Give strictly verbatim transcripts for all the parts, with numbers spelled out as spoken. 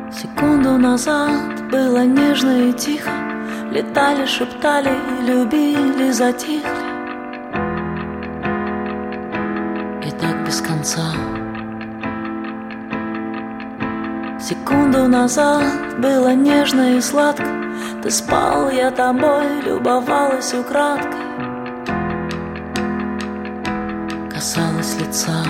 Секунду назад было нежно и тихо, летали, шептали, любили, затихли. И так без конца. Секунду назад было нежно и сладко, ты спал, я тобой любовалась украдкой, касалась лица.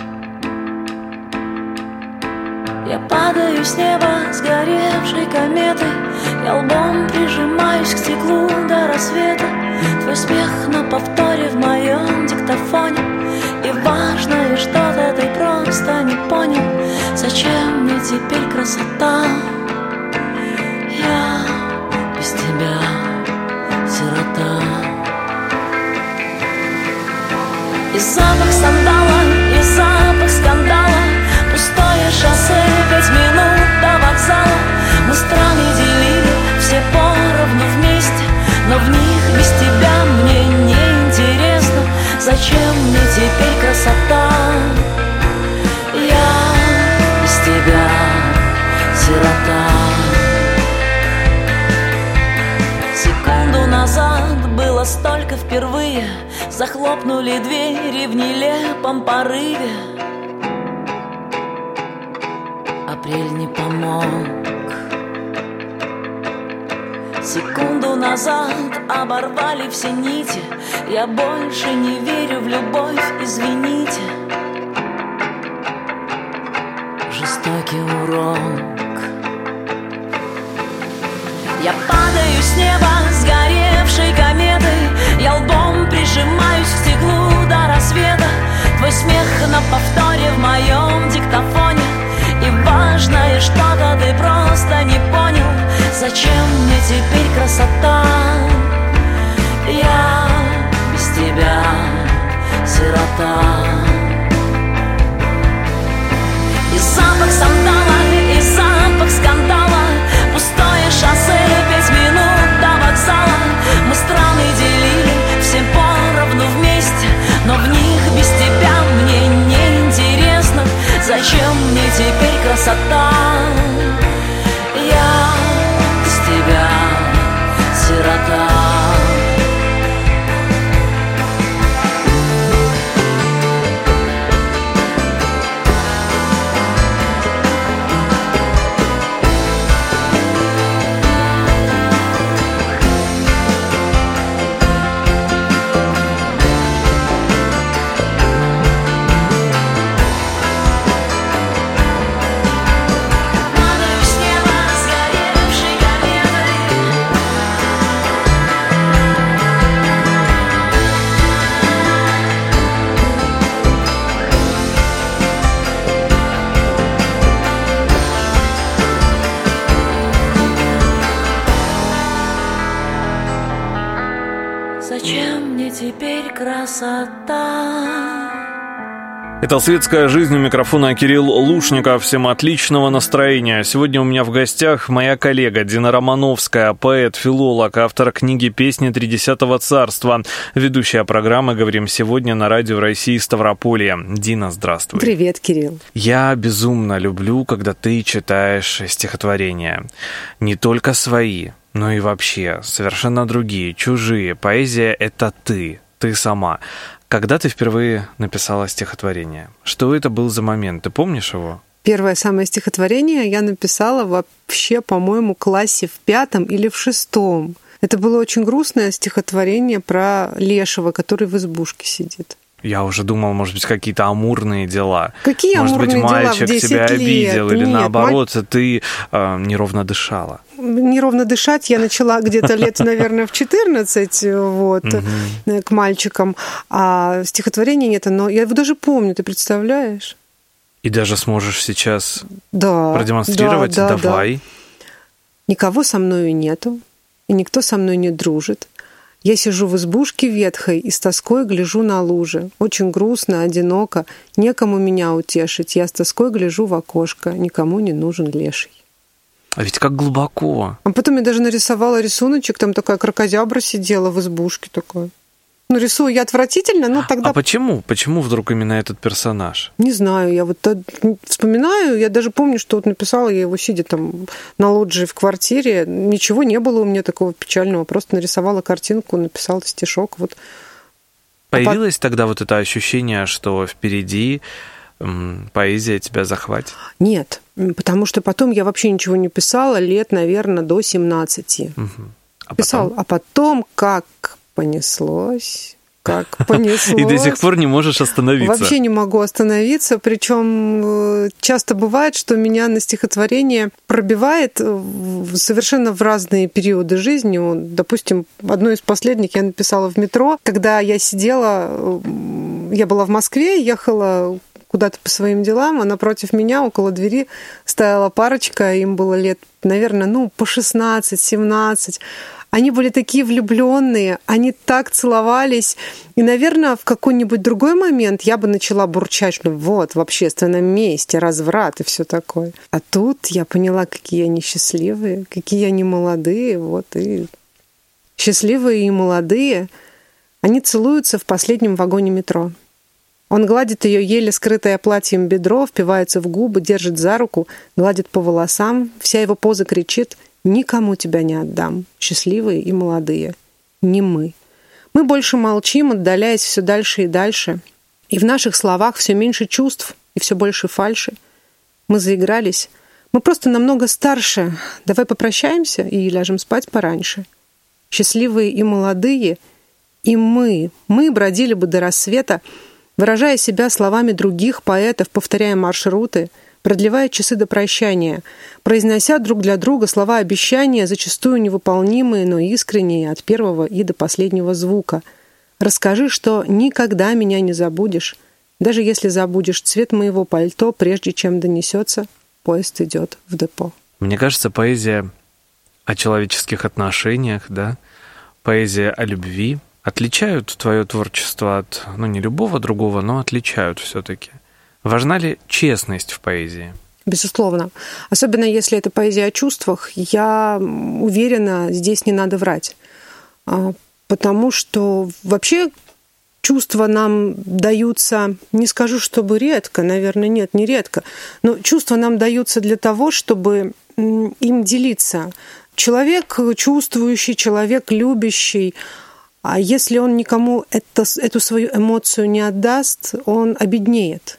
Я падаю с неба сгоревшей кометой, я лбом прижимаюсь к стеклу до рассвета. Твой смех на повторе в моем диктофоне, и важное что-то ты просто не понял. Зачем мне теперь красота? Я без тебя сирота. И запах сандала, и запах скандала, пустое шоссе, пять минут до вокзала. Мы страны делили, все поровну вместе, но в них без тебя мне не интересно. Зачем мне теперь красота? Я без тебя сирота. Секунду назад было столько впервые, захлопнули двери в нелепом порыве. Апрель не помог. Секунду назад оборвали все нити, я больше не верю в любовь, извините. Жестокий урок. Я падаю с неба сгоревшей кометой, я лбом прижимаюсь к стеклу до рассвета. Твой смех на повторе в моем диктофоне, и важное что-то ты просто не понял. Зачем мне теперь красота? Я без тебя сирота. И запах сандала, и запах скандала, пустое шоссе, пять минут до вокзала. Мы страны делили, все поровну вместе, но в них без тебя мне не интересно. Зачем мне теперь красота? Я без тебя сирота. Зачем мне теперь красота? Это «Светская жизнь», у микрофона Кирилл Лушников. Всем отличного настроения. Сегодня у меня в гостях моя коллега Дина Романовская, поэт, филолог, автор книги «Песни Тридесятого царства», ведущая программы «Говорим сегодня» на радио России Ставрополье. Дина, здравствуй. Привет, Кирилл. Я безумно люблю, когда ты читаешь стихотворения. Не только свои, но и вообще совершенно другие, чужие. Поэзия — это ты, ты сама. Когда ты впервые написала стихотворение? Что это был за момент? Ты помнишь его? Первое самое стихотворение я написала вообще, по-моему, в классе в пятом или в шестом. Это было очень грустное стихотворение про лешего, который в избушке сидит. Я уже думал, может быть, какие-то амурные дела. Какие может амурные быть, мальчик дела в десять тебя лет? обидел, или Нет, наоборот, маль... ты э, неровно дышала. Неровно дышать я начала где-то лет, наверное, в четырнадцать вот, угу. к мальчикам, а стихотворения нет, но я его даже помню, ты представляешь? И даже сможешь сейчас да, продемонстрировать? Да, да, Давай. Да. Никого со мною нету, и никто со мной не дружит. Я сижу в избушке ветхой и с тоской гляжу на лужи. Очень грустно, одиноко, некому меня утешить. Я с тоской гляжу в окошко, никому не нужен леший. А ведь как глубоко. А потом я даже нарисовала рисуночек, там такая кракозябра сидела в избушке такой. Ну, рисую я отвратительно, но тогда... А почему? Почему вдруг именно этот персонаж? Не знаю, я вот вспоминаю, я даже помню, что вот написала я его, сидя там на лоджии в квартире, ничего не было у меня такого печального, просто нарисовала картинку, написала стишок, вот. Появилось а тогда вот это ощущение, что впереди м, поэзия тебя захватит? Нет, потому что потом я вообще ничего не писала лет, наверное, до семнадцати. Угу. А Писала, потом? а потом как понеслось, как понеслось. И до сих пор не можешь остановиться. Вообще не могу остановиться, причем часто бывает, что меня на стихотворение пробивает совершенно в разные периоды жизни. Вот, допустим, одно из последних я написала в метро, когда я сидела, я была в Москве, ехала куда-то по своим делам, а напротив меня около двери стояла парочка, им было лет, наверное, ну, по шестнадцать-семнадцать. Они были такие влюбленные, они так целовались. И, наверное, в какой-нибудь другой момент я бы начала бурчать, что вот, в общественном месте, разврат и все такое. А тут я поняла, какие они счастливые, какие они молодые. Вот, и счастливые и молодые, они целуются в последнем вагоне метро. Он гладит ее еле скрытое платьем бедро, впивается в губы, держит за руку, гладит по волосам. Вся его поза кричит: «Никому тебя не отдам, счастливые и молодые, не мы». Мы больше молчим, отдаляясь все дальше и дальше. И в наших словах все меньше чувств и все больше фальши. Мы заигрались. Мы просто намного старше. Давай попрощаемся и ляжем спать пораньше. Счастливые и молодые, и мы, мы бродили бы до рассвета, выражая себя словами других поэтов, повторяя маршруты, продлевая часы до прощания, произнося друг для друга слова обещания, зачастую невыполнимые, но искренние от первого и до последнего звука. «Расскажи, что никогда меня не забудешь, даже если забудешь цвет моего пальто, прежде чем донесется, поезд идет в депо». Мне кажется, поэзия о человеческих отношениях, да, поэзия о любви отличают твое творчество от, ну, не любого другого, но отличают все-таки. Важна ли честность в поэзии? Безусловно. Особенно если это поэзия о чувствах, я уверена, здесь не надо врать. Потому что вообще чувства нам даются, не скажу, чтобы редко, наверное, нет, не редко, но чувства нам даются для того, чтобы им делиться. Человек чувствующий, человек любящий, а если он никому это, эту свою эмоцию не отдаст, он обеднеет.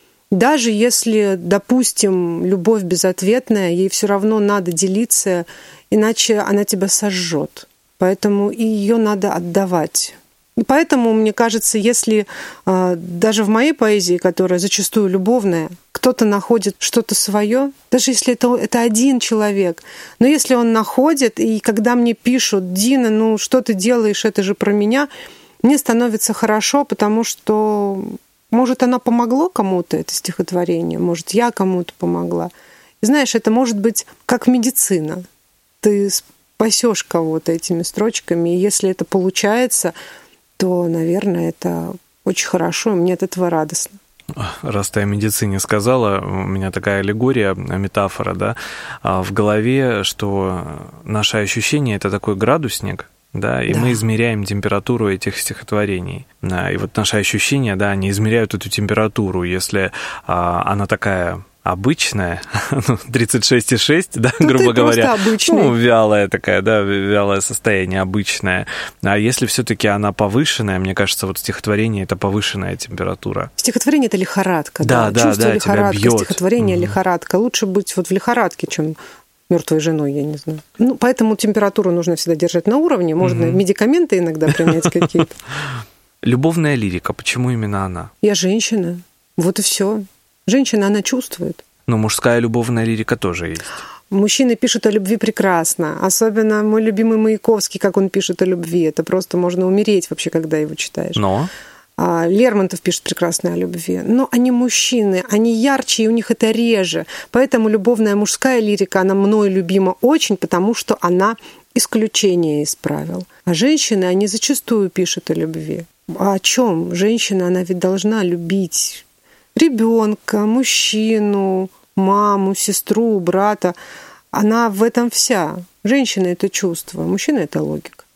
Даже если, допустим, любовь безответная, ей все равно надо делиться, иначе она тебя сожжет. Поэтому и ее надо отдавать. И поэтому, мне кажется, если э, даже в моей поэзии, которая зачастую любовная, кто-то находит что-то свое, даже если это, это один человек, но если он находит, и когда мне пишут: «Дина, ну что ты делаешь, это же про меня», мне становится хорошо, потому что, может, оно помогло кому-то, это стихотворение, может, я кому-то помогла. И знаешь, это может быть как медицина. Ты спасешь кого-то этими строчками, и если это получается, то, наверное, это очень хорошо, и мне от этого радостно. Раз ты о медицине сказала, у меня такая аллегория, метафора, да, в голове, что наше ощущение — это такой градусник, да, и да. Мы измеряем температуру этих стихотворений. И вот наши ощущения, да, они измеряют эту температуру. Если а, она такая обычная, тридцать шесть и шесть, да, то грубо говоря, ну, вялая такая, да, вялое состояние, обычное. А если все-таки она повышенная, мне кажется, вот стихотворение — это повышенная температура. Стихотворение — это лихорадка, да, да, чувство да, лихорадка, тебя бьет. Стихотворение угу. лихорадка. Лучше быть вот в лихорадке, чем мертвой женой, я не знаю. Ну, поэтому температуру нужно всегда держать на уровне. Можно угу. медикаменты иногда принять какие-то. Любовная лирика, почему именно она? Я женщина. Вот и все. Женщина, она чувствует. Но мужская любовная лирика тоже есть. Мужчины пишут о любви прекрасно. Особенно мой любимый Маяковский, как он пишет о любви. Это просто можно умереть вообще, когда его читаешь. Но... Лермонтов пишет прекрасно о любви. Но они мужчины, они ярче, и у них это реже. Поэтому любовная мужская лирика, она мной любима очень, потому что она исключение из правил. А женщины, они зачастую пишут о любви. А о чем? Женщина, она ведь должна любить ребенка, мужчину, маму, сестру, брата. Она в этом вся. Женщина — это чувство, мужчина — это логика.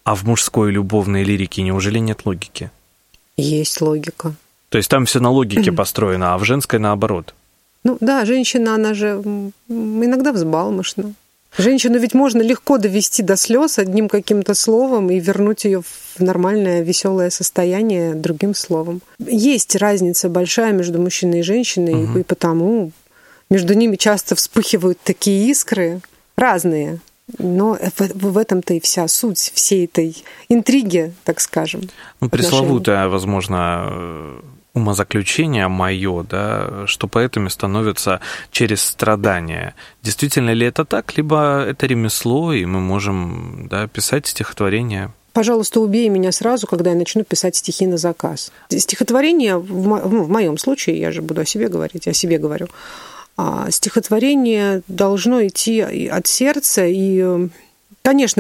А в мужской любовной лирике неужели нет логики? Есть логика. То есть там все на логике построено, а в женской наоборот? Ну да, женщина, она же иногда взбалмошна. Женщину ведь можно легко довести до слез одним каким-то словом и вернуть ее в нормальное, веселое состояние другим словом. Есть разница большая между мужчиной и женщиной, угу. и потому между ними часто вспыхивают такие искры разные. Но в этом-то и вся суть всей этой интриги, так скажем. Ну, пресловутое, возможно, умозаключение мое, да, что поэтами становятся через страдания. Действительно ли это так, либо это ремесло, и мы можем, да, писать стихотворения? Пожалуйста, убей меня сразу, когда я начну писать стихи на заказ. Стихотворение, в, мо- ну, в моем случае, я же буду о себе говорить, я о себе говорю, а стихотворение должно идти от сердца, и, конечно,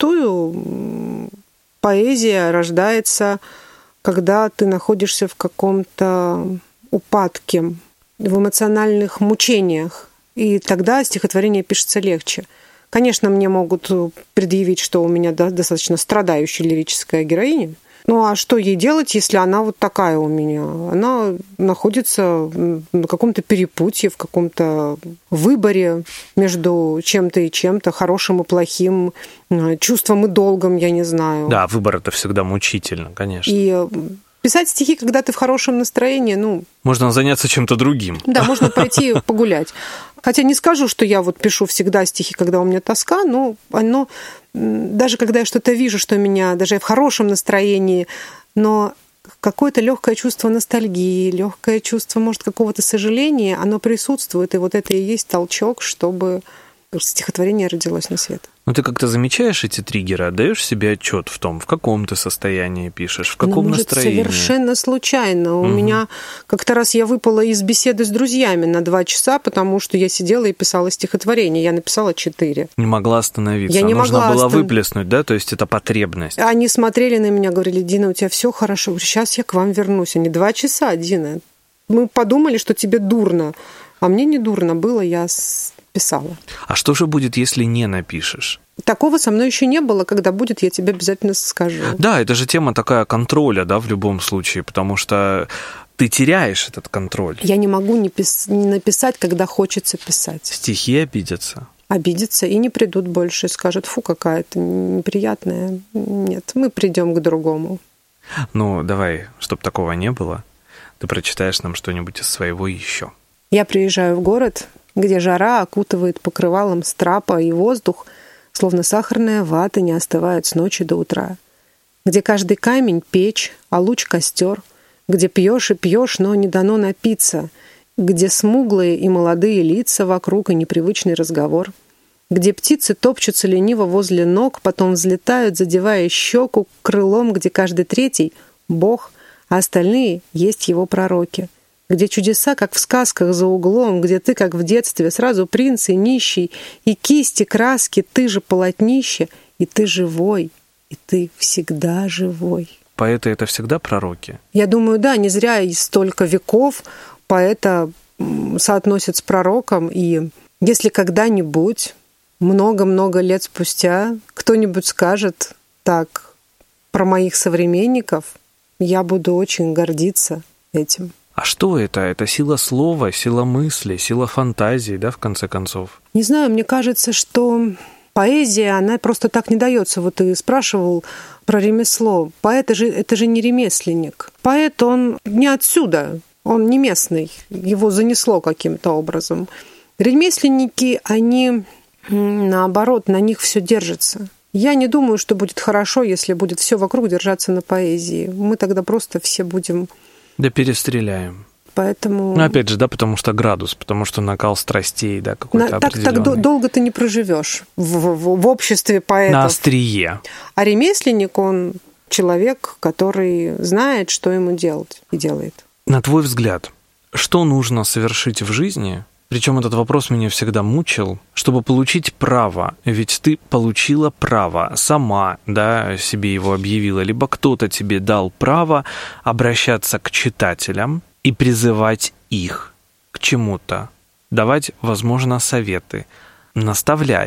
зачастую поэзия рождается, когда ты находишься в каком-то упадке, в эмоциональных мучениях, и тогда стихотворение пишется легче. Конечно, мне могут предъявить, что у меня достаточно страдающая лирическая героиня. Ну а что ей делать, если она вот такая у меня? Она находится на каком-то перепутье, в каком-то выборе между чем-то и чем-то, хорошим и плохим, чувством и долгом, я не знаю. Да, выбор это всегда мучительно, конечно. И писать стихи, когда ты в хорошем настроении, ну... Можно заняться чем-то другим. Да, можно пойти погулять. Хотя не скажу, что я вот пишу всегда стихи, когда у меня тоска, но оно... Даже когда я что-то вижу, что меня, даже я в хорошем настроении, но какое-то легкое чувство ностальгии, легкое чувство, может, какого-то сожаления, оно присутствует, и вот это и есть толчок, чтобы стихотворение родилось на свет. Ну, ты как-то замечаешь эти триггеры, отдаешь себе отчет в том, в каком ты состоянии пишешь, в каком ну, может, настроении? Совершенно случайно. У угу. меня как-то раз я выпала из беседы с друзьями на два часа, потому что я сидела и писала стихотворение. Я написала четыре. Не могла остановиться. Я не Нужно могла было остан... выплеснуть, да? То есть это потребность. Они смотрели на меня, говорили: Дина, у тебя все хорошо. Я говорю: сейчас я к вам вернусь. Они: два часа, Дина. Мы подумали, что тебе дурно. А мне не дурно было, я писала. А что же будет, если не напишешь? Такого со мной еще не было. Когда будет, я тебе обязательно скажу. Да, это же тема такая контроля, да, в любом случае, потому что ты теряешь этот контроль. Я не могу не, пис... не написать, когда хочется писать. Стихи обидятся. Обидятся и не придут больше, скажут: фу, какая-то неприятная. Нет, мы придем к другому. Ну, давай, чтобы такого не было, ты прочитаешь нам что-нибудь из своего еще. Я приезжаю в город, где жара окутывает покрывалом страпа, и воздух, словно сахарная вата, не остывает с ночи до утра. Где каждый камень — печь, а луч — костер. Где пьешь и пьешь, но не дано напиться. Где смуглые и молодые лица вокруг и непривычный разговор. Где птицы топчутся лениво возле ног, потом взлетают, задевая щеку крылом, где каждый третий — Бог, а остальные — есть его пророки. Где чудеса, как в сказках за углом, где ты, как в детстве, сразу принц и нищий, и кисти, краски, ты же полотнище, и ты живой, и ты всегда живой. Поэты — это всегда пророки? Я думаю, да, не зря и столько веков поэта соотносят с пророком, и если когда-нибудь, много-много лет спустя, кто-нибудь скажет так про моих современников, я буду очень гордиться этим. А что это? Это сила слова, сила мысли, сила фантазии, да, в конце концов? Не знаю, мне кажется, что поэзия, она просто так не дается. Вот ты спрашивал про ремесло. Поэт — это же, это же не ремесленник. Поэт, он не отсюда, он не местный. Его занесло каким-то образом. Ремесленники, они, наоборот, на них все держится. Я не думаю, что будет хорошо, если будет все вокруг держаться на поэзии. Мы тогда просто все будем... Да перестреляем. Поэтому... Ну, опять же, да, потому что градус, потому что накал страстей, да, какой-то На, так, определенный. Так долго ты не проживешь в, в, в обществе поэтов. На острие. А ремесленник, он человек, который знает, что ему делать, и делает. На твой взгляд, что нужно совершить в жизни, причем этот вопрос меня всегда мучил, чтобы получить право? Ведь ты получила право, сама, да, себе его объявила, либо кто-то тебе дал право обращаться к читателям и призывать их к чему-то, давать, возможно, советы, наставлять.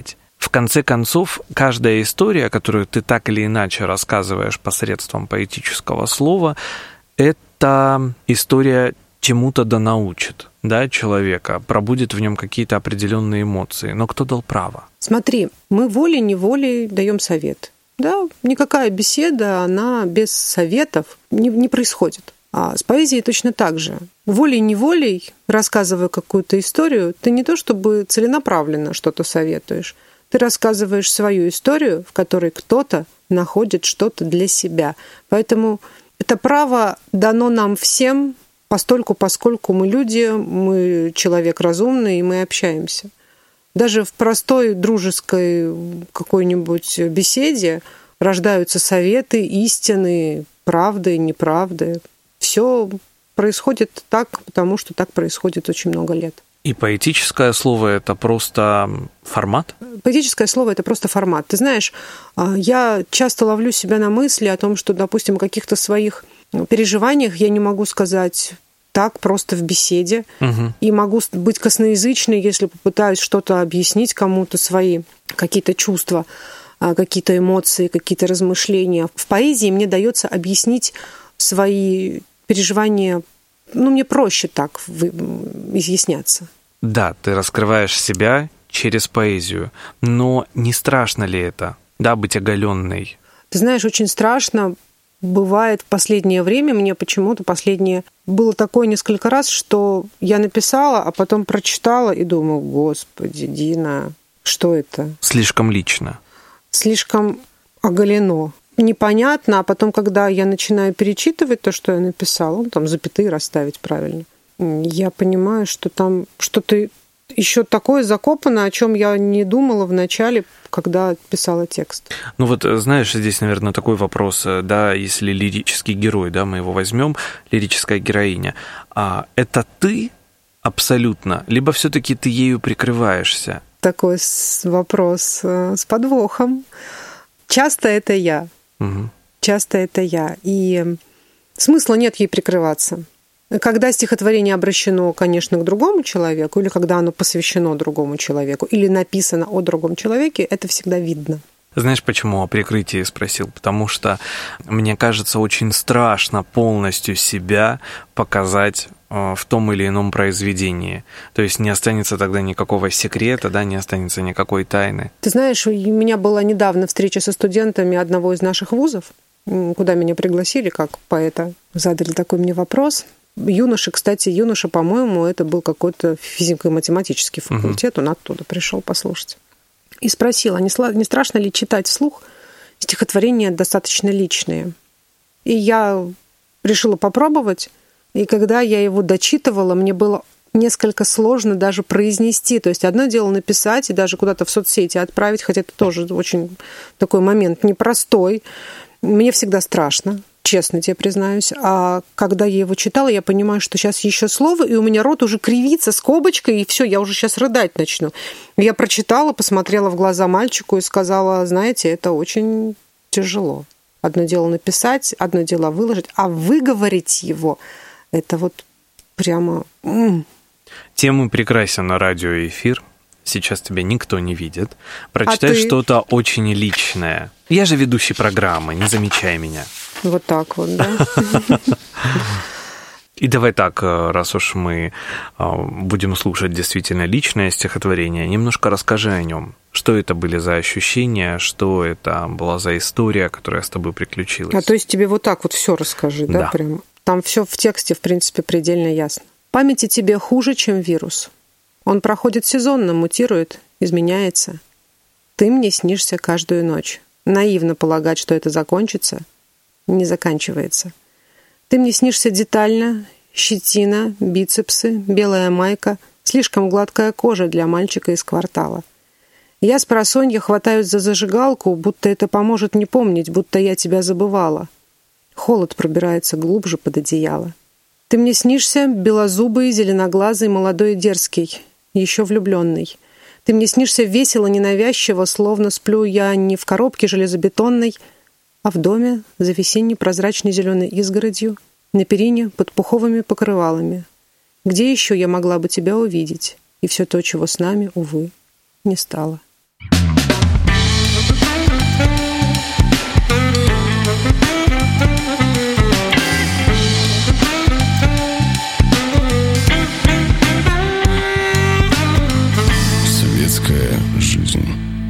В конце концов, каждая история, которую ты так или иначе рассказываешь посредством поэтического слова, это история чему-то да научит, да, человека, пробудит в нем какие-то определенные эмоции. Но кто дал право? Смотри, мы волей-неволей даем совет. Да, никакая беседа, она без советов не, не происходит. А с поэзией точно так же. Волей-неволей, рассказывая какую-то историю, ты не то чтобы целенаправленно что-то советуешь, ты рассказываешь свою историю, в которой кто-то находит что-то для себя. Поэтому это право дано нам всем, постольку, поскольку мы люди, мы человек разумный, и мы общаемся. Даже в простой дружеской какой-нибудь беседе рождаются советы, истины, правды, неправды. Все происходит так, потому что так происходит очень много лет. И поэтическое слово – это просто формат? Поэтическое слово – это просто формат. Ты знаешь, я часто ловлю себя на мысли о том, что, допустим, о каких-то своих переживаниях я не могу сказать так просто в беседе. Угу. И могу быть косноязычной, если попытаюсь что-то объяснить кому-то, свои какие-то чувства, какие-то эмоции, какие-то размышления. В поэзии мне дается объяснить свои переживания. Ну, мне проще так изъясняться. Да, ты раскрываешь себя через поэзию, но не страшно ли это, да, быть оголенной? Ты знаешь, очень страшно бывает в последнее время. Мне почему-то последнее было такое несколько раз, что я написала, а потом прочитала и думаю, господи, Дина, что это? Слишком лично. Слишком оголено. Непонятно, а потом, когда я начинаю перечитывать то, что я написала, ну, там запятые расставить правильно, я понимаю, что там что-то еще такое закопано, о чем я не думала в начале, когда писала текст. Ну вот, знаешь, здесь, наверное, такой вопрос, да, если лирический герой, да, мы его возьмем, лирическая героиня, а это ты абсолютно, либо все-таки ты ею прикрываешься? Такой вопрос с подвохом. Часто это я. Угу. Часто это я. И смысла нет ей прикрываться. Когда стихотворение обращено, конечно, к другому человеку, или когда оно посвящено другому человеку, или написано о другом человеке, это всегда видно. Знаешь, почему о прикрытии спросил? Потому что, мне кажется, очень страшно полностью себя показать в том или ином произведении. То есть не останется тогда никакого секрета, да, не останется никакой тайны. Ты знаешь, у меня была недавно встреча со студентами одного из наших вузов, куда меня пригласили как поэта. Задали такой мне вопрос. Юноша, кстати, юноша, по-моему, это был какой-то физико-математический факультет, угу. Он оттуда пришел послушать. И спросил, а не страшно ли читать вслух стихотворения достаточно личные? И я решила попробовать, и когда я его дочитывала, мне было несколько сложно даже произнести. То есть одно дело написать и даже куда-то в соцсети отправить, хотя это тоже очень такой момент непростой. Мне всегда страшно, честно тебе признаюсь. А когда я его читала, я понимаю, что сейчас еще слово, и у меня рот уже кривится скобочкой, и все, я уже сейчас рыдать начну. Я прочитала, посмотрела в глаза мальчику и сказала, знаете, это очень тяжело. Одно дело написать, одно дело выложить, а выговорить его, это вот прямо... Тем и прекрасен радиоэфир. Сейчас тебя никто не видит. Прочитай а что-то очень личное. Я же ведущий программы, не замечай меня. Вот так вот, да? И давай так, раз уж мы будем слушать действительно личное стихотворение, немножко расскажи о нем. Что это были за ощущения, что это была за история, которая с тобой приключилась? А то есть тебе вот так вот все расскажи, да, да. прям? Там все в тексте, в принципе, предельно ясно. Памяти тебе хуже, чем вирус. Он проходит сезонно, мутирует, изменяется. Ты мне снишься каждую ночь. Наивно полагать, что это закончится, не заканчивается. Ты мне снишься детально, щетина, бицепсы, белая майка, слишком гладкая кожа для мальчика из квартала. Я с просонья хватаюсь за зажигалку, будто это поможет не помнить, будто я тебя забывала. Холод пробирается глубже под одеяло. Ты мне снишься белозубый, зеленоглазый, молодой и дерзкий, еще влюбленный. Ты мне снишься весело, ненавязчиво, словно сплю я не в коробке железобетонной, а в доме за весенней прозрачной зеленой изгородью, на перине под пуховыми покрывалами. Где еще я могла бы тебя увидеть? И все то, чего с нами, увы, не стало. жизнь.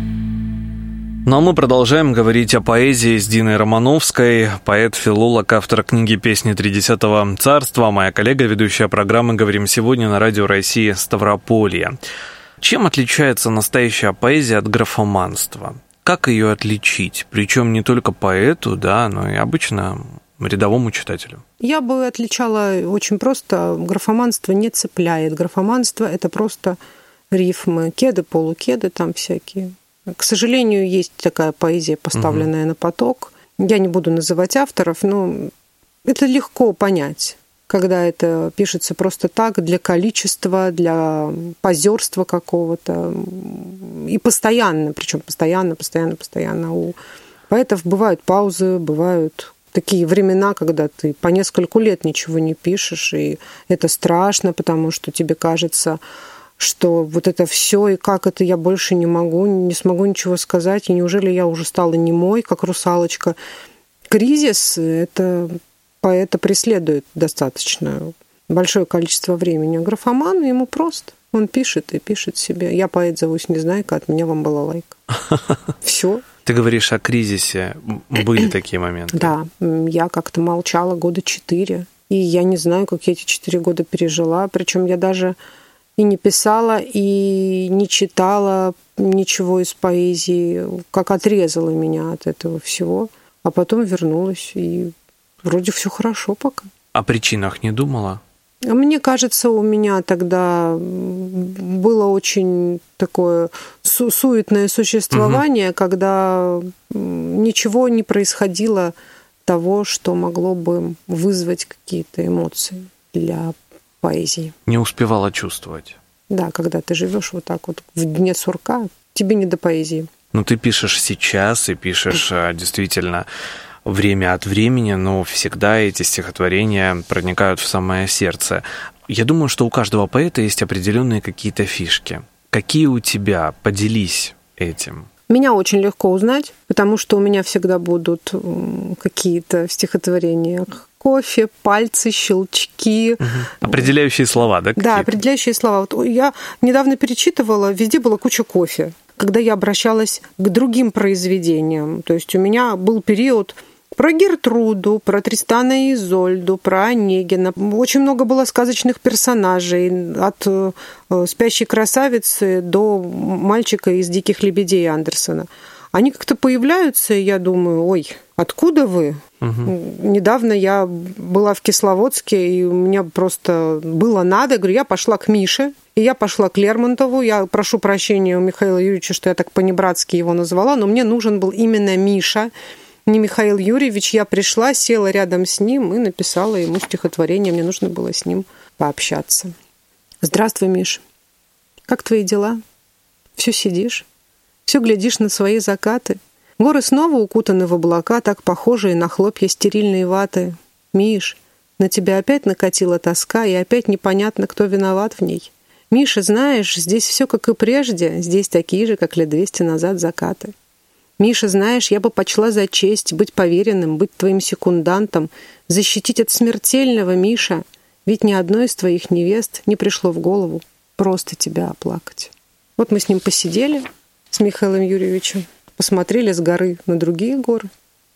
Ну а мы продолжаем говорить о поэзии с Диной Романовской, поэт-филолог, автор книги «Песни тридесятого царства», моя коллега, ведущая программы «Говорим сегодня» на Радио России Ставрополье. Чем отличается настоящая поэзия от графоманства? Как ее отличить? Причем не только поэту, да, но и обычно рядовому читателю. Я бы отличала очень просто. Графоманство не цепляет. Графоманство – это просто рифмы, кеды, полукеды там всякие. К сожалению, есть такая поэзия, поставленная угу. на поток. Я не буду называть авторов, но это легко понять, когда это пишется просто так, для количества, для позерства какого-то. И постоянно, причем постоянно, постоянно, постоянно. У поэтов бывают паузы, бывают такие времена, когда ты по нескольку лет ничего не пишешь, и это страшно, потому что тебе кажется, что вот это все, и как это я больше не могу, не смогу ничего сказать, и неужели я уже стала немой, как русалочка. Кризис, это поэта преследует достаточно большое количество времени. А графоман ему просто. Он пишет и пишет себе. Я поэт, зовусь Незнайка, от меня вам балалайка. Все. Ты говоришь о кризисе. Были такие моменты? Да. Я как-то молчала года четыре. И я не знаю, как я эти четыре года пережила. Причем я даже и не писала, и не читала ничего из поэзии, как отрезала меня от этого всего. А потом вернулась, и вроде все хорошо пока. О причинах не думала? Мне кажется, у меня тогда было очень такое су- суетное существование, угу. когда ничего не происходило того, что могло бы вызвать какие-то эмоции для поэзии. Не успевала чувствовать. Да, когда ты живешь вот так вот в дне сурка, тебе не до поэзии. Ну, ты пишешь сейчас и пишешь действительно время от времени, но всегда эти стихотворения проникают в самое сердце. Я думаю, что у каждого поэта есть определенные какие-то фишки. Какие у тебя? Поделись этим. Меня очень легко узнать, потому что у меня всегда будут какие-то в стихотворениях кофе, пальцы, щелчки. Угу. Определяющие слова, да? Да, определяющие слова. Вот я недавно перечитывала, везде была куча кофе, когда я обращалась к другим произведениям. То есть у меня был период про Гертруду, про Тристана и Изольду, про Онегина. Очень много было сказочных персонажей, от «Спящей красавицы» до «Мальчика из «Диких лебедей» Андерсона. Они как-то появляются, и я думаю, ой, откуда вы? Угу. Недавно я была в Кисловодске, и у меня просто было надо. Я говорю, я пошла к Мише, и я пошла к Лермонтову. Я прошу прощения у Михаила Юрьевича, что я так по-небратски его назвала, но мне нужен был именно Миша, не Михаил Юрьевич. Я пришла, села рядом с ним и написала ему стихотворение. Мне нужно было с ним пообщаться. Здравствуй, Миш. Как твои дела? Все сидишь? Все глядишь на свои закаты? Горы снова укутаны в облака, так похожие на хлопья стерильной ваты. Миш, на тебя опять накатила тоска, и опять непонятно, кто виноват в ней. Миша, знаешь, здесь все как и прежде, здесь такие же, как лет двести назад закаты. Миша, знаешь, я бы почла за честь быть поверенным, быть твоим секундантом, защитить от смертельного, Миша, ведь ни одной из твоих невест не пришло в голову просто тебя оплакать. Вот мы с ним посидели, с Михаилом Юрьевичем, посмотрели с горы на другие горы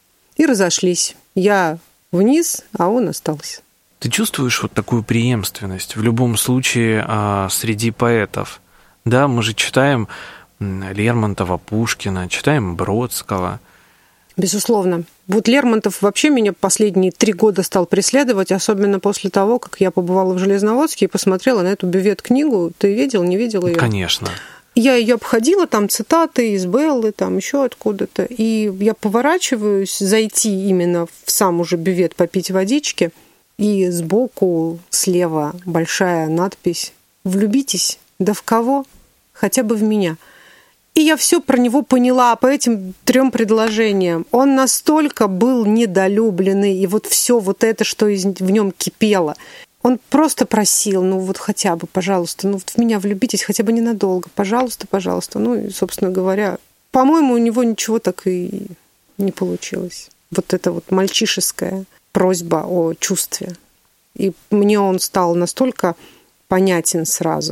и разошлись. Я вниз, а он остался. Ты чувствуешь вот такую преемственность в любом случае а, среди поэтов? Да, мы же читаем Лермонтова, Пушкина, читаем Бродского. Безусловно. Вот Лермонтов вообще меня последние три года стал преследовать, особенно после того, как я побывала в Железноводске и посмотрела на эту бювет-книгу. Ты видел, не видел ее? Конечно. Я ее обходила, там цитаты из Беллы, там еще откуда-то. И я поворачиваюсь, зайти именно в сам уже бювет, попить водички. И сбоку слева большая надпись «Влюбитесь, да в кого? Хотя бы в меня». И я все про него поняла по этим трем предложениям. Он настолько был недолюбленный, и вот все вот это, что в нем кипело. Он просто просил, ну вот хотя бы, пожалуйста, ну вот в меня влюбитесь хотя бы ненадолго, пожалуйста, пожалуйста. Ну и, собственно говоря, по-моему, у него ничего так и не получилось. Вот это вот мальчишеская просьба о чувстве. И мне он стал настолько понятен сразу.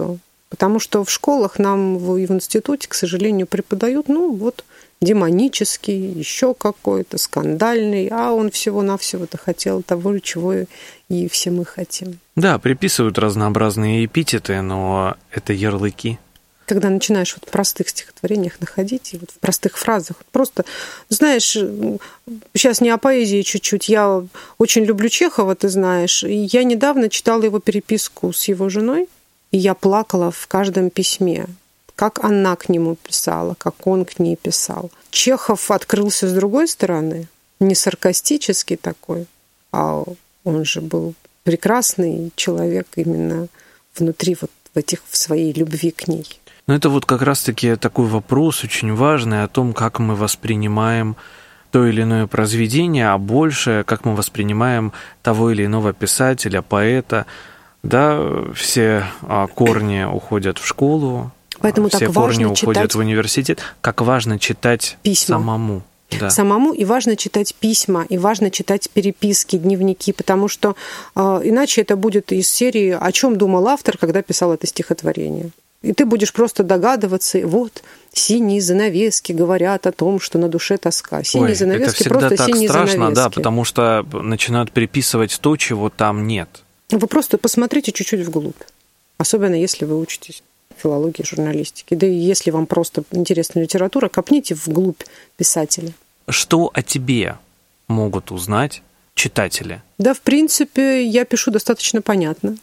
Потому что в школах нам и в институте, к сожалению, преподают, ну, вот, демонический, еще какой-то, скандальный, а он всего-навсего-то хотел того, чего и все мы хотим. Да, приписывают разнообразные эпитеты, но это ярлыки. Когда начинаешь вот в простых стихотворениях находить, и вот в простых фразах, просто, знаешь, сейчас не о поэзии чуть-чуть, я очень люблю Чехова, ты знаешь, и я недавно читала его переписку с его женой, и я плакала в каждом письме, как она к нему писала, как он к ней писал. Чехов открылся с другой стороны, не саркастический такой, а он же был прекрасный человек именно внутри вот в этих, в своей любви к ней. Но это вот как раз-таки такой вопрос очень важный о том, как мы воспринимаем то или иное произведение, а больше, как мы воспринимаем того или иного писателя, поэта. Да, все корни уходят в школу, поэтому все так корни важно уходят читать в университет. Как важно читать письма. Самому. Да. Самому, и важно читать письма, и важно читать переписки, дневники, потому что э, иначе это будет из серии «О чем думал автор, когда писал это стихотворение?». И ты будешь просто догадываться, вот, синие занавески говорят о том, что на душе тоска. Синие Ой, занавески, это просто так синие страшно, занавески. да, потому что начинают приписывать то, чего там нет. Вы просто посмотрите чуть-чуть вглубь. Особенно, если вы учитесь филологии, журналистики. Да и если вам просто интересна литература, копните вглубь писателя. Что о тебе могут узнать читатели? Да, в принципе, я пишу достаточно понятно.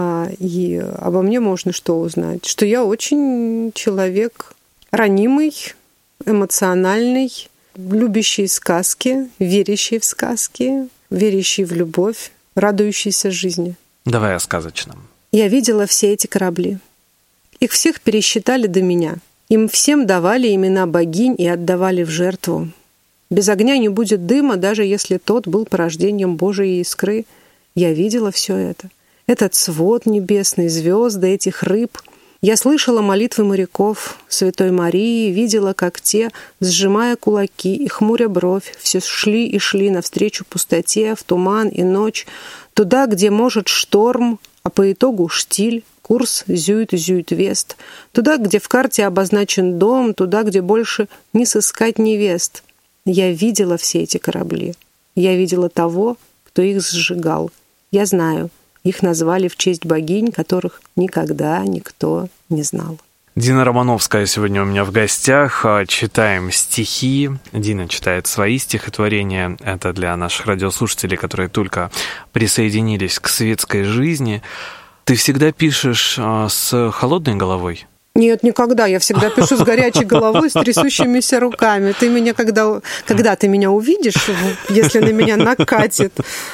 И обо мне можно что узнать? Что я очень человек ранимый, эмоциональный, любящий сказки, верящий в сказки, верящий в любовь, радующийся жизни. Давай о сказочном. Я видела все эти корабли. Их всех пересчитали до меня. Им всем давали имена богинь и отдавали в жертву. Без огня не будет дыма, даже если тот был порождением Божией искры. Я видела все это. Этот свод небесный, звезды, этих рыб. Я слышала молитвы моряков, Святой Марии, видела, как те, сжимая кулаки и хмуря бровь, все шли и шли навстречу пустоте, в туман и ночь, туда, где может шторм, а по итогу штиль, курс Зюит-Зюит-Вест, туда, где в карте обозначен дом, туда, где больше не сыскать невест. Я видела все эти корабли. Я видела того, кто их сжигал. Я знаю, их назвали в честь богинь, которых никогда никто не знал. Дина Романовская сегодня у меня в гостях. Читаем стихи. Дина читает свои стихотворения. Это для наших радиослушателей, которые только присоединились к светской жизни. Ты всегда пишешь с холодной головой? Нет, никогда. Я всегда пишу с горячей головой, с трясущимися руками. Ты меня, когда, когда ты меня увидишь, если на меня накатит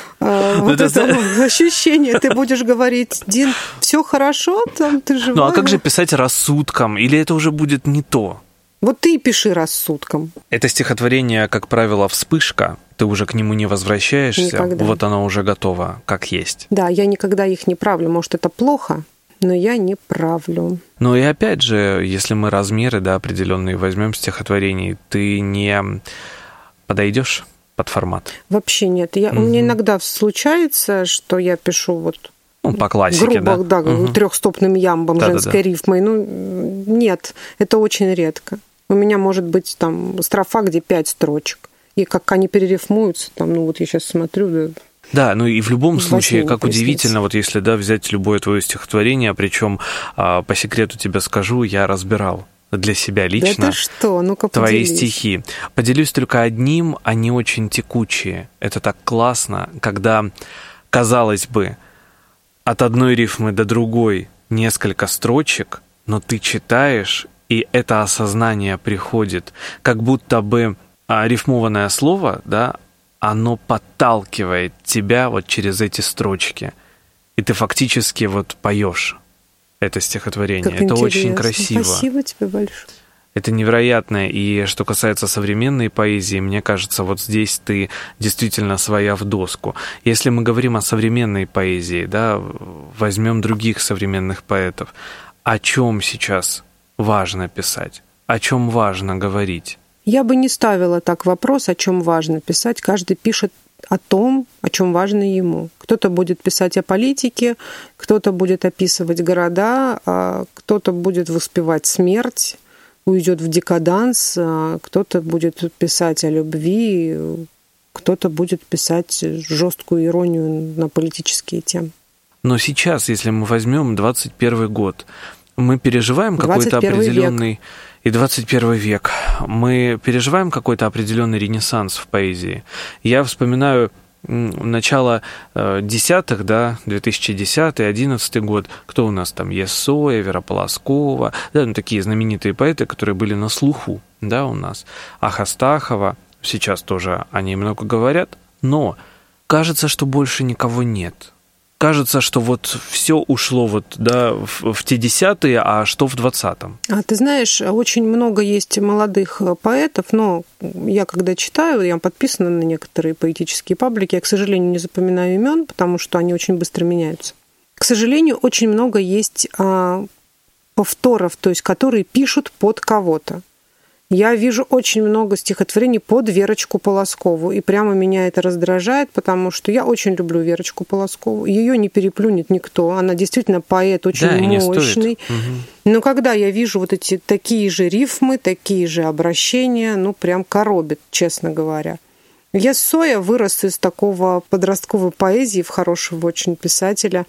вот это ощущение, ты будешь говорить: Дин, все хорошо, там ты живая. Ну а как же писать рассудком? Или это уже будет не то? Вот ты и пиши рассудком. Это стихотворение, как правило, вспышка. Ты уже к нему не возвращаешься. Никогда. Вот оно уже готово, как есть. Да, я никогда их не правлю. Может, это плохо, но я не правлю. Ну и опять же, если мы размеры, да, определенные возьмем стихотворений, ты не подойдешь под формат? Вообще нет. Я, угу. У меня иногда случается, что я пишу вот ну, по классике, грубо, да, да угу. трехстопным ямбом, да, женской да, да. рифмой. Ну, нет, это очень редко. У меня может быть там строфа, где пять строчек. И как они перерифмуются, там, ну вот я сейчас смотрю, да. Да, ну и в любом случае, как удивительно, вот если, да, взять любое твое стихотворение, причем по секрету тебе скажу, я разбирал для себя лично. Да ты что? Ну-ка твои поделись. стихи. Поделюсь только одним, они очень текучие. Это так классно, когда, казалось бы, от одной рифмы до другой несколько строчек, но ты читаешь, и это осознание приходит, как будто бы рифмованное слово, да, оно подталкивает тебя вот через эти строчки. И ты фактически вот поешь это стихотворение. Как это интересно. Очень красиво. Спасибо тебе большое. Это невероятно. И что касается современной поэзии, мне кажется, вот здесь ты действительно своя в доску. Если мы говорим о современной поэзии, да, возьмем других современных поэтов, о чем сейчас важно писать? О чем важно говорить? Я бы не ставила так вопрос, о чем важно писать. Каждый пишет о том, о чем важно ему. Кто-то будет писать о политике, кто-то будет описывать города, а кто-то будет воспевать смерть, уйдет в декаданс, а кто-то будет писать о любви, кто-то будет писать жесткую иронию на политические темы. Но сейчас, если мы возьмем двадцать первый год, мы переживаем какой-то определенный... Век. И двадцать первый век. Мы переживаем какой-то определенный ренессанс в поэзии. Я вспоминаю начало десятых, да, две тысячи десятый, две тысячи одиннадцатый год. Кто у нас там? Есоя, Вера Полоскова. Да, ну, такие знаменитые поэты, которые были на слуху, да, у нас. Ахастахова. Сейчас тоже о ней много говорят. Но кажется, что больше никого нет. Кажется, что вот все ушло вот, да, в, в те десятые, а что в двадцатом? А ты знаешь, очень много есть молодых поэтов, но я когда читаю, я подписана на некоторые поэтические паблики, я, к сожалению, не запоминаю имен, потому что они очень быстро меняются. К сожалению, очень много есть а, повторов, то есть которые пишут под кого-то. Я вижу очень много стихотворений под Верочку Полоскову, и прямо меня это раздражает, потому что я очень люблю Верочку Полоскову. Ее не переплюнет никто. Она действительно поэт очень да, мощный. Угу. Но когда я вижу вот эти такие же рифмы, такие же обращения, ну, прям коробит, честно говоря. Есоя вырос из такого подростковой поэзии, в хорошего очень писателя.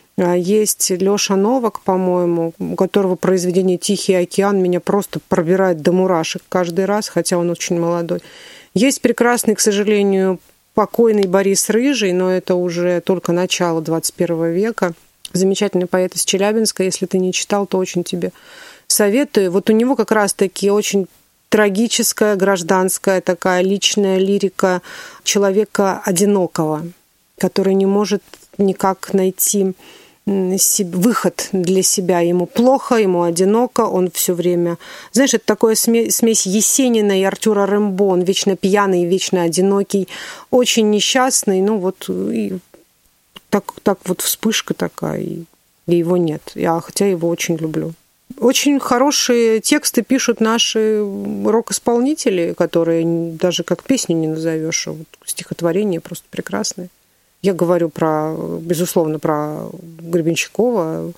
Есть Лёша Новак, по-моему, у которого произведение «Тихий океан» меня просто пробирает до мурашек каждый раз, хотя он очень молодой. Есть прекрасный, к сожалению, покойный Борис Рыжий, но это уже только начало двадцать первого века. Замечательный поэт из Челябинска. Если ты не читал, то очень тебе советую. Вот у него как раз-таки очень трагическая, гражданская такая личная лирика человека одинокого, который не может никак найти выход для себя. Ему плохо, ему одиноко, он все время... Знаешь, это такая смесь Есенина и Артура Рембо. Он вечно пьяный, вечно одинокий, очень несчастный. Ну вот и так, так вот вспышка такая, и, и его нет. Я, хотя его очень люблю. Очень хорошие тексты пишут наши рок-исполнители, которые даже как песню не назовешь, а вот стихотворения просто прекрасные. Я говорю про, безусловно, про Гребенщикова,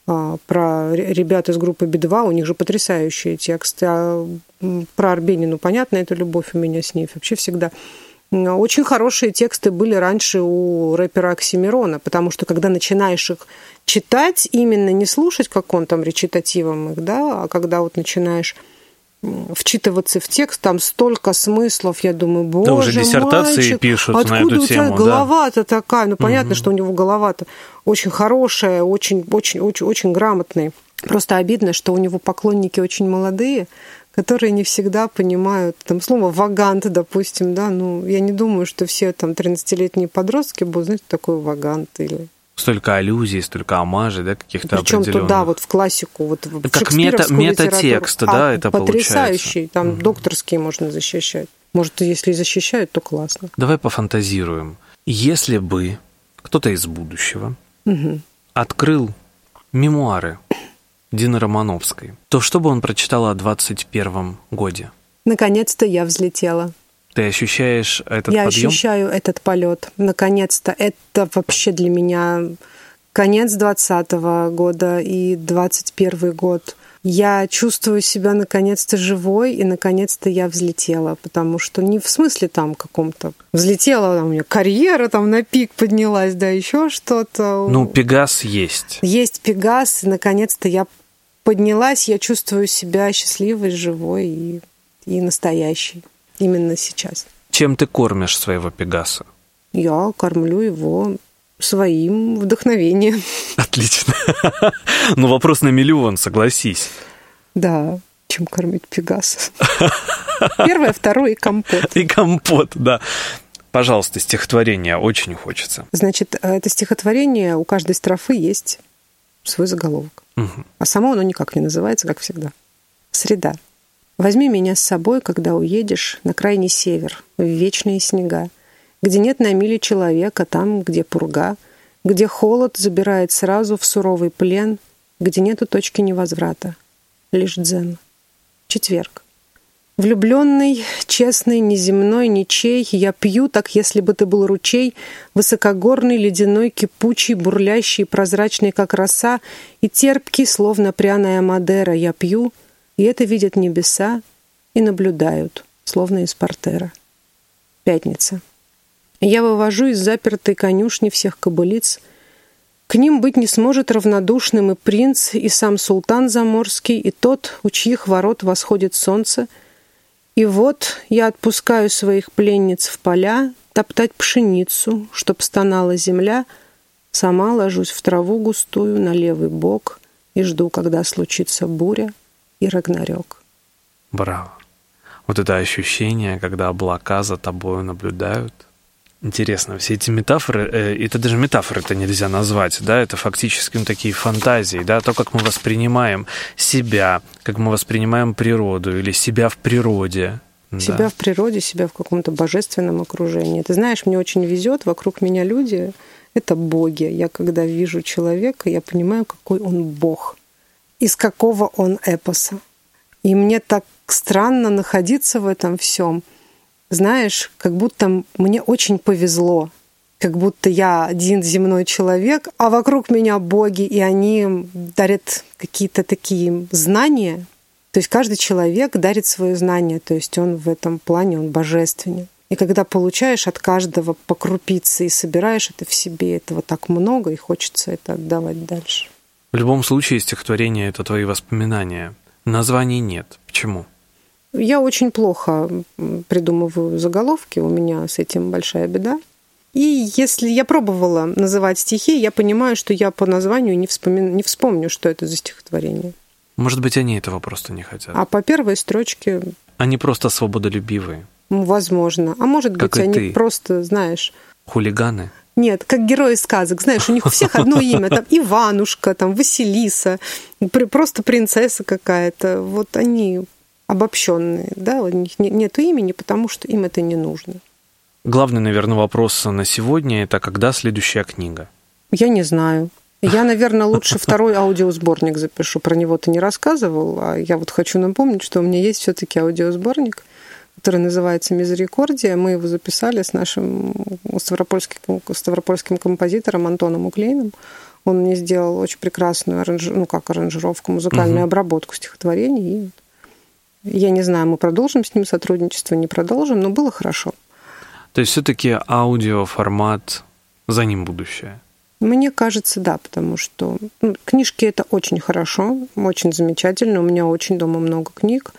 про ребят из группы Би два, у них же потрясающие тексты. А про Арбенину, понятно, это любовь у меня с ней вообще всегда. Очень хорошие тексты были раньше у рэпера Оксимирона, потому что когда начинаешь их читать, именно не слушать, как он там речитативом их, да, а когда вот начинаешь вчитываться в текст, там столько смыслов, я думаю, боже, да, уже диссертации мальчик, пишут откуда на эту у тебя тему, голова-то да? такая? Ну, понятно, угу. что у него голова-то очень хорошая, очень, очень, очень, очень грамотная. Просто обидно, что у него поклонники очень молодые, которые не всегда понимают, там, слово «вагант», допустим, да, ну, я не думаю, что все там тринадцатилетние подростки будут знать, что такое «вагант» или... Столько аллюзий, столько омажей, да, каких-то определенных. Причем туда вот в классику, вот в как мета, метатекст, да, а, это потрясающий, получается. Там угу. докторские можно защищать. Может, если и защищают, то классно. Давай пофантазируем. Если бы кто-то из будущего угу. открыл мемуары Дины Романовской, то что бы он прочитал о двадцать первом годе? Наконец-то я взлетела. Ты ощущаешь этот Я подъем? ощущаю этот полет. Наконец-то. Это вообще для меня конец двадцатого года и двадцать первый год. Я чувствую себя наконец-то живой, и наконец-то я взлетела, потому что не в смысле там каком-то взлетела, там, у меня карьера там на пик поднялась, да, еще что-то. Ну, Пегас есть. Есть Пегас, и наконец-то я поднялась, я чувствую себя счастливой, живой и, и настоящей. Именно сейчас. Чем ты кормишь своего Пегаса? Я кормлю его своим вдохновением. Отлично. Ну, вопрос на миллион, согласись. Да, чем кормить Пегаса? Первое, второе и компот. И компот, да. Пожалуйста, стихотворение очень хочется. Значит, это стихотворение, у каждой строфы есть свой заголовок. Угу. А само оно никак не называется, как всегда. Среда. Возьми меня с собой, когда уедешь на крайний север, в вечные снега, где нет на миле человека, там, где пурга, где холод забирает сразу в суровый плен, где нету точки невозврата, лишь дзен. Четверг. Влюбленный, честный, неземной, ничей, я пью, так если бы ты был ручей, высокогорный, ледяной, кипучий, бурлящий, прозрачный, как роса, и терпкий, словно пряная Мадера, я пью, и это видят небеса, и наблюдают, словно из портера. Пятница. Я вывожу из запертой конюшни всех кобылиц. К ним быть не сможет равнодушным и принц, и сам султан заморский, и тот, у чьих ворот восходит солнце. И вот я отпускаю своих пленниц в поля топтать пшеницу, чтоб стонала земля, сама ложусь в траву густую на левый бок и жду, когда случится буря и рагнарёк. Браво. Вот это ощущение, когда облака за тобою наблюдают. Интересно, все эти метафоры, э, это даже метафоры это нельзя назвать, да, это фактически ну, такие фантазии, да, то, как мы воспринимаем себя, как мы воспринимаем природу или себя в природе. Себя да. в природе, себя в каком-то божественном окружении. Ты знаешь, мне очень везет, вокруг меня люди — это боги. Я когда вижу человека, я понимаю, какой он бог, из какого он эпоса. И мне так странно находиться в этом всем. Знаешь, как будто мне очень повезло, как будто я один земной человек, а вокруг меня боги, и они дарят какие-то такие знания. То есть каждый человек дарит свое знание, то есть он в этом плане, он божественен. И когда получаешь от каждого по крупице и собираешь это в себе, этого так много, и хочется это отдавать дальше. В любом случае, стихотворение — это твои воспоминания. Названий нет. Почему? Я очень плохо придумываю заголовки, у меня с этим большая беда. И если я пробовала называть стихи, я понимаю, что я по названию не, вспомин... не вспомню, что это за стихотворение. Может быть, они этого просто не хотят. А по первой строчке... Они просто свободолюбивые. Возможно. А может как быть, они ты. Просто, знаешь... Хулиганы? Нет, как герои сказок. Знаешь, у них у всех одно имя. Там Иванушка, там Василиса, просто принцесса какая-то. Вот они... обобщенные, да, у них нет имени, потому что им это не нужно. Главный, наверное, вопрос на сегодня — это когда следующая книга? Я не знаю. Я, наверное, лучше второй аудиосборник запишу. Про него ты не рассказывал, а я вот хочу напомнить, что у меня есть все-таки аудиосборник, который называется «Мизерикордия». Мы его записали с нашим ставропольским, ставропольским композитором Антоном Уклейным. Он мне сделал очень прекрасную аранж... ну, как аранжировку, музыкальную угу. обработку стихотворений. И я не знаю, мы продолжим с ним сотрудничество, не продолжим, но было хорошо. То есть все-таки аудиоформат, за ним будущее? Мне кажется, да, потому что ну, книжки — это очень хорошо, очень замечательно. У меня очень дома много книг.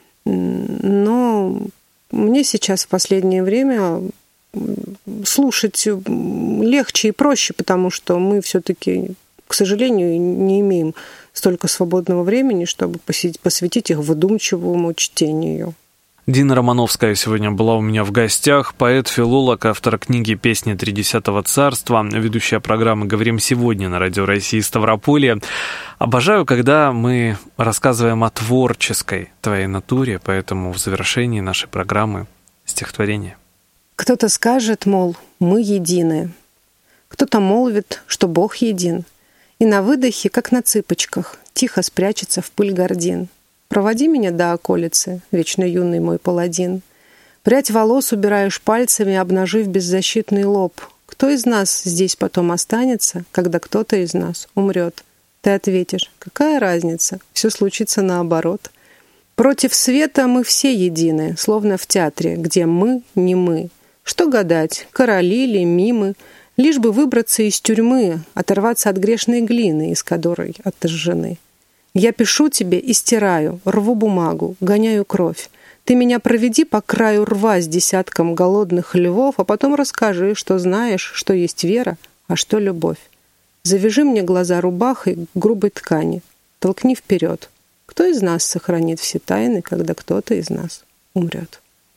Но мне сейчас в последнее время слушать легче и проще, потому что мы все-таки, к сожалению, не имеем столько свободного времени, чтобы посвятить их выдумчивому чтению. Дина Романовская сегодня была у меня в гостях, поэт-филолог, автор книги «Песни тридесятого царства», ведущая программы «Говорим сегодня» на Радио России Ставрополье. Обожаю, когда мы рассказываем о творческой твоей натуре, поэтому в завершении нашей программы стихотворение. Кто-то скажет, мол, мы едины. Кто-то молвит, что Бог един. И на выдохе, как на цыпочках, тихо спрячется в пыль гордин. Проводи меня до околицы, вечно юный мой паладин. Прядь волос убираешь пальцами, обнажив беззащитный лоб. Кто из нас здесь потом останется, когда кто-то из нас умрет? Ты ответишь, какая разница, все случится наоборот. Против света мы все едины, словно в театре, где мы не мы. Что гадать, короли ли, мимы, лишь бы выбраться из тюрьмы, оторваться от грешной глины, из которой отожжены. Я пишу тебе и стираю, рву бумагу, гоняю кровь. Ты меня проведи по краю рва с десятком голодных львов, а потом расскажи, что знаешь, что есть вера, а что любовь. Завяжи мне глаза рубахой грубой ткани, толкни вперед. Кто из нас сохранит все тайны, когда кто-то из нас умрет?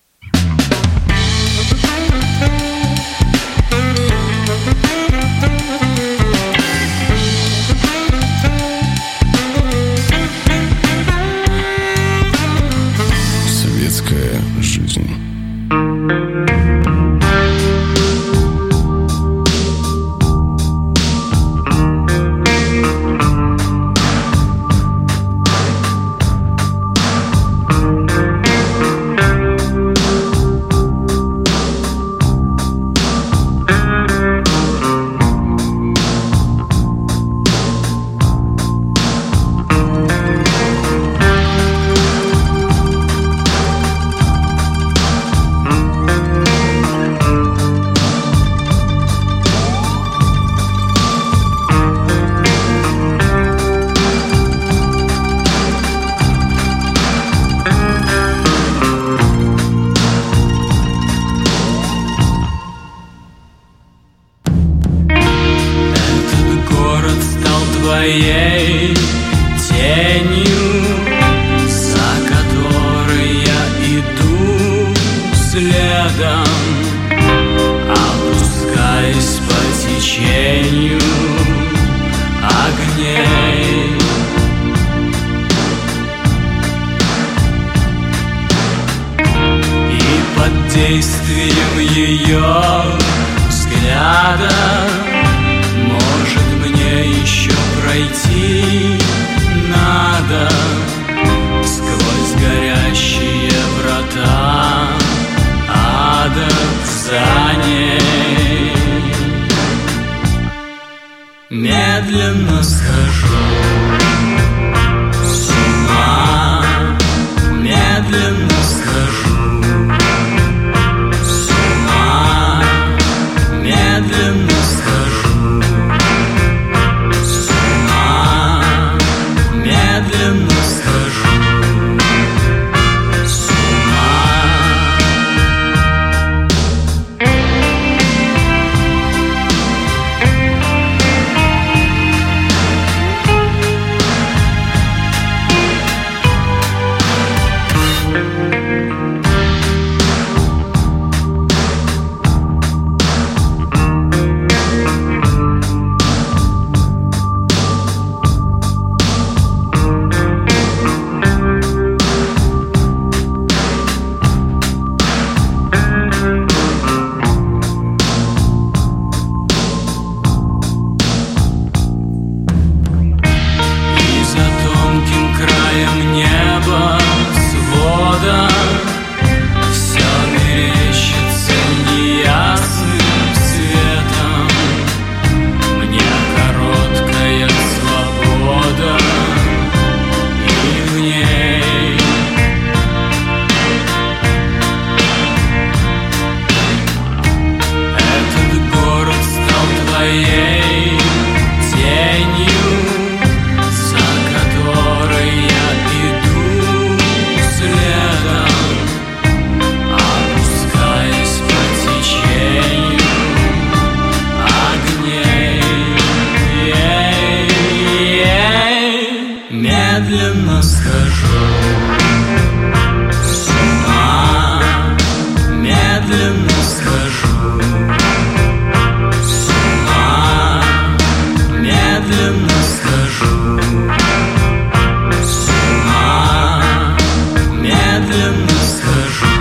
Светская жизнь. следом, опускаясь по течению огней. И под действием ее взгляда, может, мне еще пройти надо сквозь горящие врата ада за ней. Медленно схожу с ума, медленно схожу с ума, медленно схожу с ума, медленно схожу с ума. Медленно схожу с ума, медленно схожу с ума, медленно схожу с ума, медленно схожу.